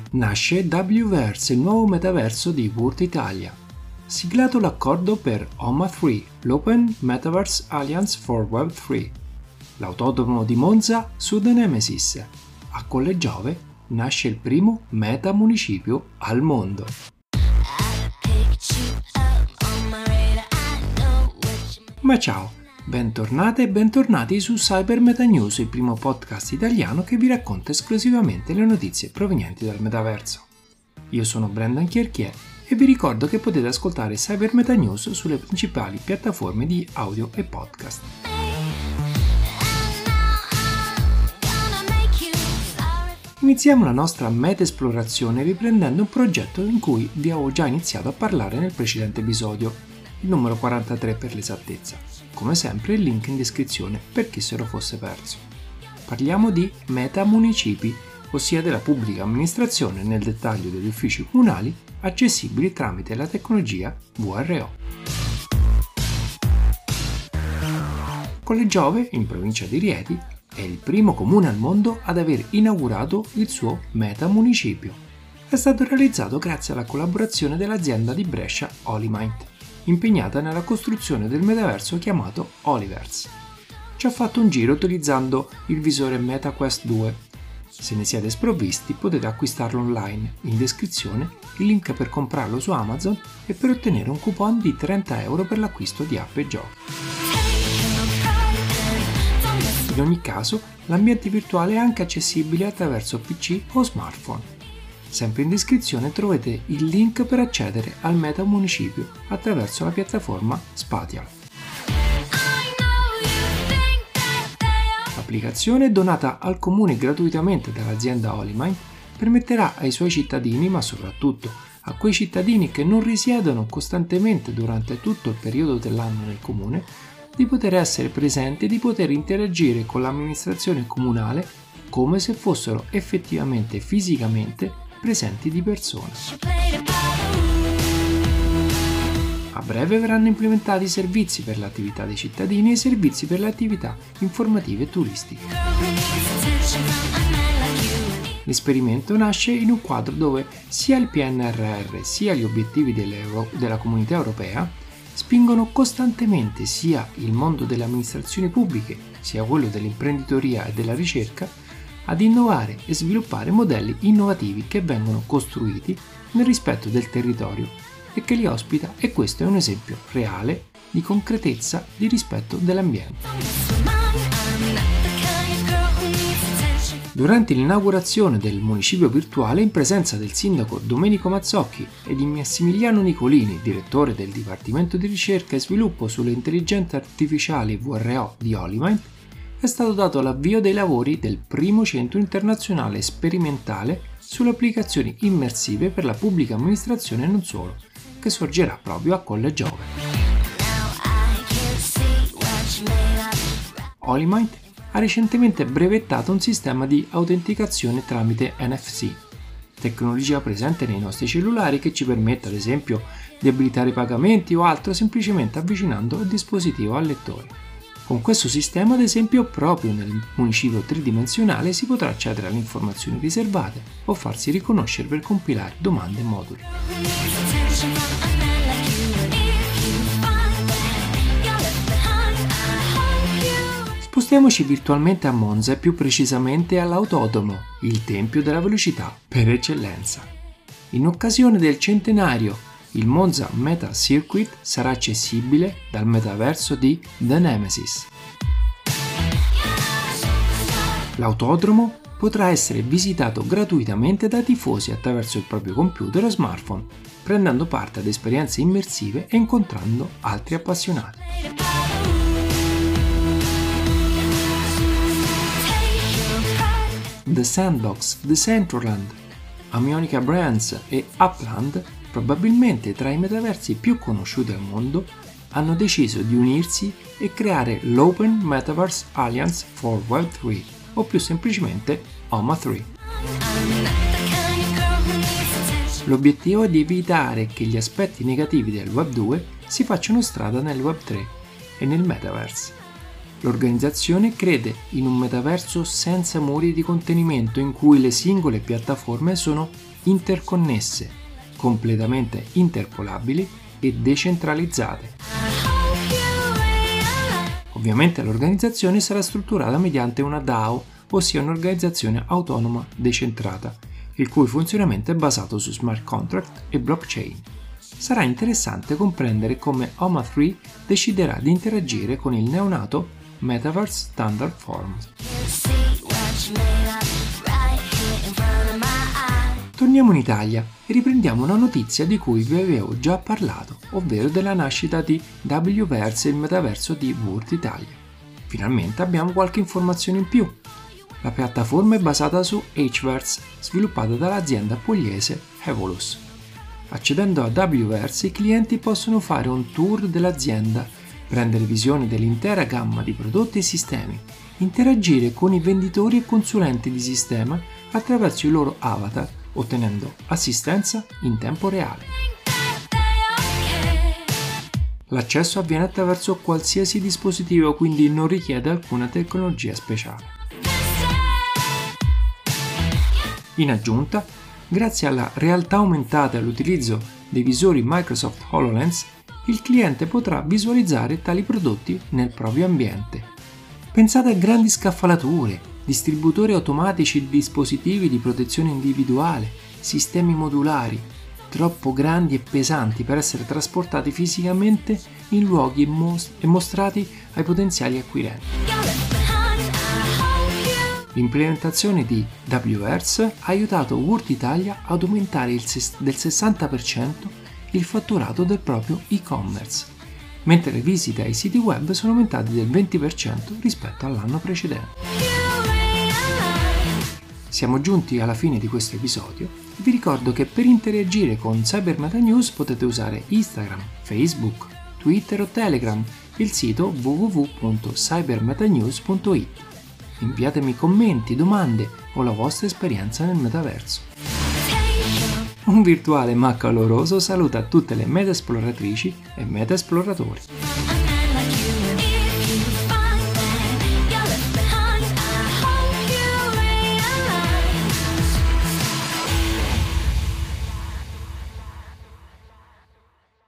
Nasce Wverse, il nuovo metaverso di Word Italia. Siglato l'accordo per OMA3, l'Open Metaverse Alliance for Web3. L'autodromo di Monza su The Nemesis. A Colle Giove nasce il primo meta municipio al mondo. Ma ciao, bentornate e bentornati su Cyber Meta News, il primo podcast italiano che vi racconta esclusivamente le notizie provenienti dal metaverso. Io sono Brendan Chierchier e vi ricordo che potete ascoltare Cyber Meta News sulle principali piattaforme di audio e podcast. Iniziamo la nostra meta-esplorazione riprendendo un progetto in cui vi avevo già iniziato a parlare nel precedente episodio, il numero 43 per l'esattezza. Come sempre il link in descrizione per chi se lo fosse perso. Parliamo di meta municipi, ossia della pubblica amministrazione nel dettaglio degli uffici comunali accessibili tramite la tecnologia VRO. Colle Giove, in provincia di Rieti, è il primo comune al mondo ad aver inaugurato il suo meta municipio. È stato realizzato grazie alla collaborazione dell'azienda di Brescia Olimind, impegnata nella costruzione del metaverso chiamato Oliverse. Ci ha fatto un giro utilizzando il visore MetaQuest 2. Se ne siete sprovvisti potete acquistarlo online, in descrizione il link per comprarlo su Amazon e per ottenere un coupon di 30 euro per l'acquisto di app e giochi. In ogni caso, l'ambiente virtuale è anche accessibile attraverso PC o smartphone. Sempre in descrizione trovate il link per accedere al meta municipio attraverso la piattaforma Spatial. L'applicazione, donata al comune gratuitamente dall'azienda Olimind, permetterà ai suoi cittadini, ma soprattutto a quei cittadini che non risiedono costantemente durante tutto il periodo dell'anno nel comune, di poter essere presenti e di poter interagire con l'amministrazione comunale come se fossero effettivamente e fisicamente presenti di persona. A breve verranno implementati servizi per l'attività dei cittadini e servizi per le attività informative e turistiche. L'esperimento nasce in un quadro dove sia il PNRR sia gli obiettivi della Comunità Europea spingono costantemente sia il mondo delle amministrazioni pubbliche sia quello dell'imprenditoria e della ricerca ad innovare e sviluppare modelli innovativi che vengono costruiti nel rispetto del territorio e che li ospita, e questo è un esempio reale di concretezza di rispetto dell'ambiente. Durante l'inaugurazione del municipio virtuale, in presenza del sindaco Domenico Mazzocchi e di Massimiliano Nicolini, direttore del Dipartimento di Ricerca e Sviluppo sulle Intelligenze Artificiali VRO di Olimind, è stato dato l'avvio dei lavori del primo centro internazionale sperimentale sulle applicazioni immersive per la pubblica amministrazione e non solo, che sorgerà proprio a Colle Giove. Olimind ha recentemente brevettato un sistema di autenticazione tramite NFC, tecnologia presente nei nostri cellulari che ci permette ad esempio di abilitare i pagamenti o altro semplicemente avvicinando il dispositivo al lettore. Con questo sistema, ad esempio, proprio nel municipio tridimensionale si potrà accedere alle informazioni riservate o farsi riconoscere per compilare domande e moduli. Spostiamoci virtualmente a Monza e più precisamente all'Autodromo, il tempio della velocità per eccellenza. In occasione del centenario, il Monza Meta Circuit sarà accessibile dal metaverso di The Nemesis. L'autodromo potrà essere visitato gratuitamente da tifosi attraverso il proprio computer o smartphone, prendendo parte ad esperienze immersive e incontrando altri appassionati. The Sandbox, Decentraland, Amionica Brands e Upland, probabilmente tra i metaversi più conosciuti al mondo, hanno deciso di unirsi e creare l'Open Metaverse Alliance for Web3, o più semplicemente OMA3. L'obiettivo è di evitare che gli aspetti negativi del Web 2 si facciano strada nel Web 3 e nel Metaverse. L'organizzazione crede in un metaverso senza muri di contenimento in cui le singole piattaforme sono interconnesse, completamente interpolabili e decentralizzate. Ovviamente l'organizzazione sarà strutturata mediante una DAO, ossia un'organizzazione autonoma decentrata, il cui funzionamento è basato su smart contract e blockchain. Sarà interessante comprendere come OMA3 deciderà di interagire con il neonato Metaverse Standard Forum. Torniamo in Italia e riprendiamo una notizia di cui vi avevo già parlato, ovvero della nascita di Wverse, il metaverso di Word Italia. Finalmente abbiamo qualche informazione in più. La piattaforma è basata su Hverse, sviluppata dall'azienda pugliese Evolus. Accedendo a Wverse, i clienti possono fare un tour dell'azienda, prendere visione dell'intera gamma di prodotti e sistemi, interagire con i venditori e consulenti di sistema attraverso i loro avatar, ottenendo assistenza in tempo reale. L'accesso avviene attraverso qualsiasi dispositivo, quindi non richiede alcuna tecnologia speciale. In aggiunta, grazie alla realtà aumentata e all'utilizzo dei visori Microsoft HoloLens, il cliente potrà visualizzare tali prodotti nel proprio ambiente. Pensate a grandi scaffalature, distributori automatici di dispositivi di protezione individuale, sistemi modulari, troppo grandi e pesanti per essere trasportati fisicamente in luoghi e mostrati ai potenziali acquirenti. L'implementazione di Wverse ha aiutato Word Italia ad aumentare del 60% il fatturato del proprio e-commerce, mentre le visite ai siti web sono aumentate del 20% rispetto all'anno precedente. Siamo giunti alla fine di questo episodio. Vi ricordo che per interagire con Cyber Meta News potete usare Instagram, Facebook, Twitter o Telegram e il sito www.cybermetanews.it. Inviatemi commenti, domande o la vostra esperienza nel metaverso. Un virtuale ma caloroso saluto a tutte le meta esploratrici e meta esploratori.